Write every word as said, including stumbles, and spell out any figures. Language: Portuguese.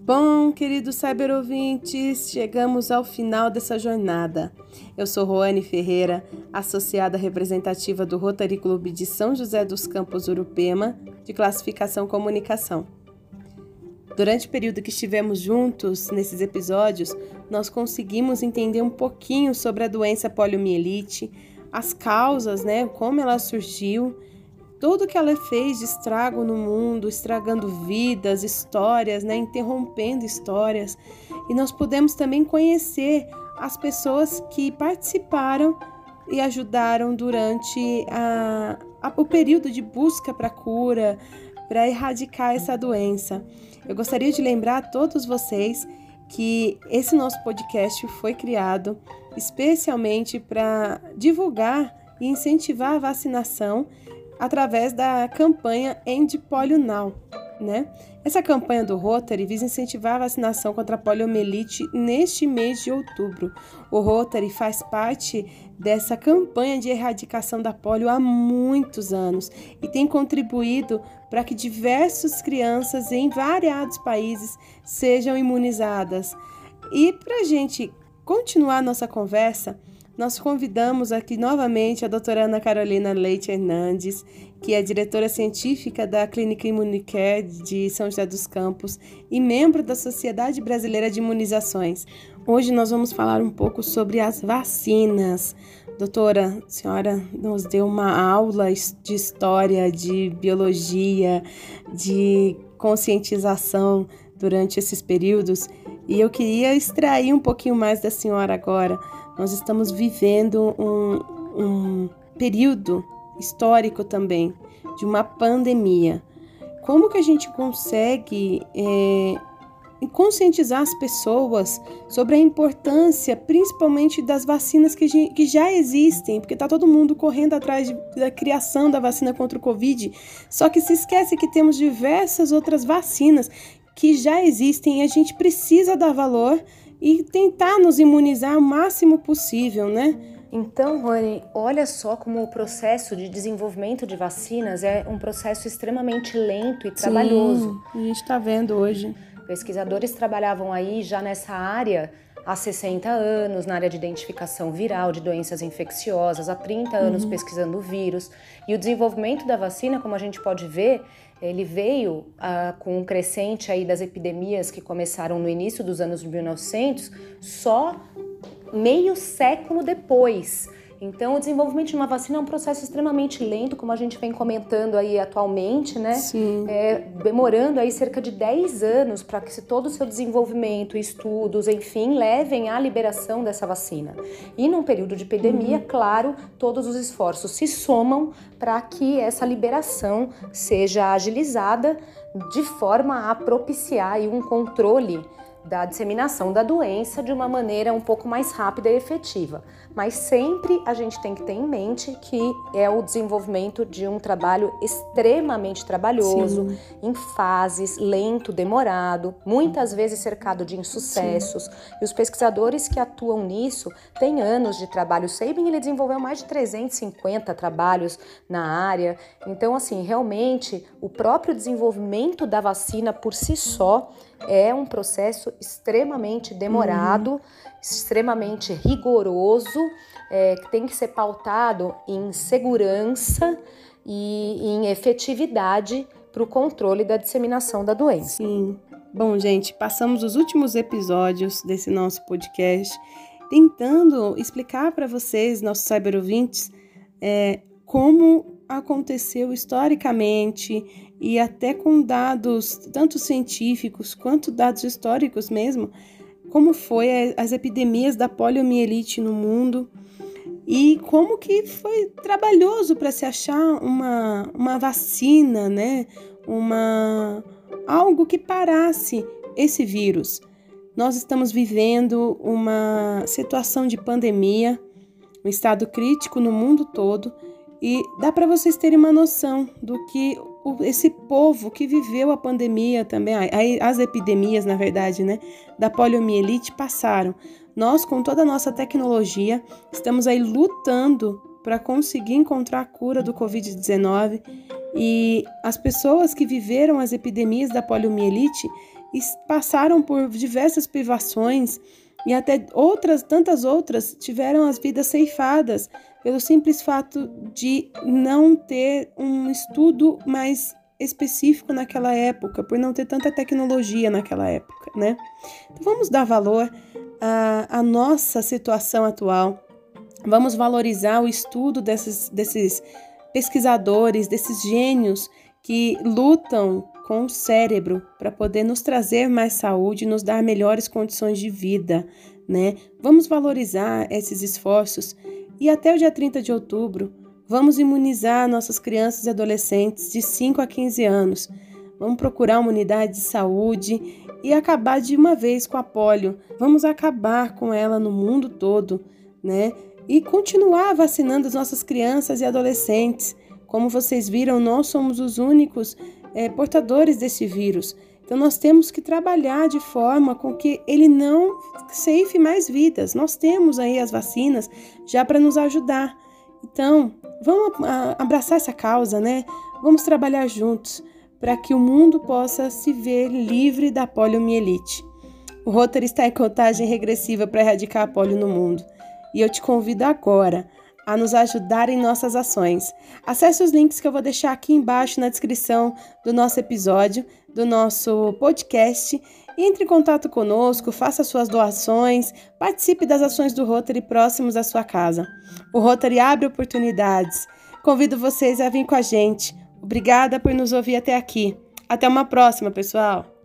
Bom, queridos cyberouvintes, chegamos ao final dessa jornada. Eu sou Roane Ferreira, associada representativa do Rotary Clube de São José dos Campos Urupema, de classificação comunicação. Durante o período que estivemos juntos nesses episódios, nós conseguimos entender um pouquinho sobre a doença poliomielite, as causas, né, como ela surgiu, tudo que ela fez de estrago no mundo, estragando vidas, histórias, né, interrompendo histórias. E nós pudemos também conhecer as pessoas que participaram e ajudaram durante a, a, o período de busca para cura, para erradicar essa doença. Eu gostaria de lembrar a todos vocês que esse nosso podcast foi criado especialmente para divulgar e incentivar a vacinação através da campanha End Polio Now, né? Essa campanha do Rotary visa incentivar a vacinação contra a poliomielite neste mês de outubro. O Rotary faz parte dessa campanha de erradicação da polio há muitos anos e tem contribuído para que diversas crianças em variados países sejam imunizadas. E para a gente continuar nossa conversa, nós convidamos aqui novamente a doutora Ana Carolina Leite Hernandes, que é diretora científica da Clínica Imunicare de São José dos Campos e membro da Sociedade Brasileira de Imunizações. Hoje nós vamos falar um pouco sobre as vacinas. Doutora, a senhora nos deu uma aula de história, de biologia, de conscientização durante esses períodos e eu queria extrair um pouquinho mais da senhora agora. Nós estamos vivendo um, um período histórico também de uma pandemia. Como que a gente consegue é, conscientizar as pessoas sobre a importância, principalmente das vacinas que, que já existem? Porque está todo mundo correndo atrás de, da criação da vacina contra o Covid, só que se esquece que temos diversas outras vacinas que já existem e a gente precisa dar valor e tentar nos imunizar o máximo possível, né? Então, Rony, olha só como o processo de desenvolvimento de vacinas é um processo extremamente lento e trabalhoso. Sim, a gente está vendo hoje. Pesquisadores trabalhavam aí já nessa área há sessenta anos, na área de identificação viral de doenças infecciosas, há trinta anos uhum. pesquisando vírus. E o desenvolvimento da vacina, como a gente pode ver, ele veio ah, com um crescente aí das epidemias que começaram no início dos anos mil e novecentos, só meio século depois. Então, o desenvolvimento de uma vacina é um processo extremamente lento, como a gente vem comentando aí atualmente, né? Sim. É, demorando aí cerca de dez anos para que todo o seu desenvolvimento, estudos, enfim, levem à liberação dessa vacina. E num período de epidemia, uhum. claro, todos os esforços se somam para que essa liberação seja agilizada de forma a propiciar aí um controle da disseminação da doença de uma maneira um pouco mais rápida e efetiva. Mas sempre a gente tem que ter em mente que é o desenvolvimento de um trabalho extremamente trabalhoso, Sim. em fases, lento, demorado, muitas vezes cercado de insucessos. Sim. E os pesquisadores que atuam nisso têm anos de trabalho. O Sabin, ele desenvolveu mais de trezentos e cinquenta trabalhos na área. Então, assim, realmente, o próprio desenvolvimento da vacina por si só é um processo extremamente demorado, uhum. extremamente rigoroso, é, que tem que ser pautado em segurança e em efetividade para o controle da disseminação da doença. Sim. Bom, gente, passamos os últimos episódios desse nosso podcast tentando explicar para vocês, nossos cyberouvintes, é, como aconteceu historicamente e até com dados tanto científicos quanto dados históricos mesmo, como foi as epidemias da poliomielite no mundo e como que foi trabalhoso para se achar uma, uma vacina, né? Uma, algo que parasse esse vírus. Nós estamos vivendo uma situação de pandemia, um estado crítico no mundo todo. E dá para vocês terem uma noção do que esse povo que viveu a pandemia também, as epidemias, na verdade, né, da poliomielite passaram. Nós, com toda a nossa tecnologia, estamos aí lutando para conseguir encontrar a cura do covid dezenove e as pessoas que viveram as epidemias da poliomielite e passaram por diversas privações e até outras, tantas outras, tiveram as vidas ceifadas pelo simples fato de não ter um estudo mais específico naquela época, por não ter tanta tecnologia naquela época, né? Então vamos dar valor à, à nossa situação atual, vamos valorizar o estudo desses, desses pesquisadores, desses gênios que lutam com o cérebro para poder nos trazer mais saúde, nos dar melhores condições de vida, né? Vamos valorizar esses esforços e até o dia trinta de outubro, vamos imunizar nossas crianças e adolescentes de cinco a quinze anos. Vamos procurar uma unidade de saúde e acabar de uma vez com a polio. Vamos acabar com ela no mundo todo, né? E continuar vacinando as nossas crianças e adolescentes. Como vocês viram, nós somos os únicos é, portadores desse vírus. Então nós temos que trabalhar de forma com que ele não ceife mais vidas. Nós temos aí as vacinas já para nos ajudar. Então, vamos abraçar essa causa, né? Vamos trabalhar juntos para que o mundo possa se ver livre da poliomielite. O Rotary está em contagem regressiva para erradicar a polio no mundo. E eu te convido agora a nos ajudar em nossas ações. Acesse os links que eu vou deixar aqui embaixo na descrição do nosso episódio, do nosso podcast. Entre em contato conosco, faça suas doações, participe das ações do Rotary próximos à sua casa. O Rotary abre oportunidades. Convido vocês a vir com a gente. Obrigada por nos ouvir até aqui. Até uma próxima, pessoal!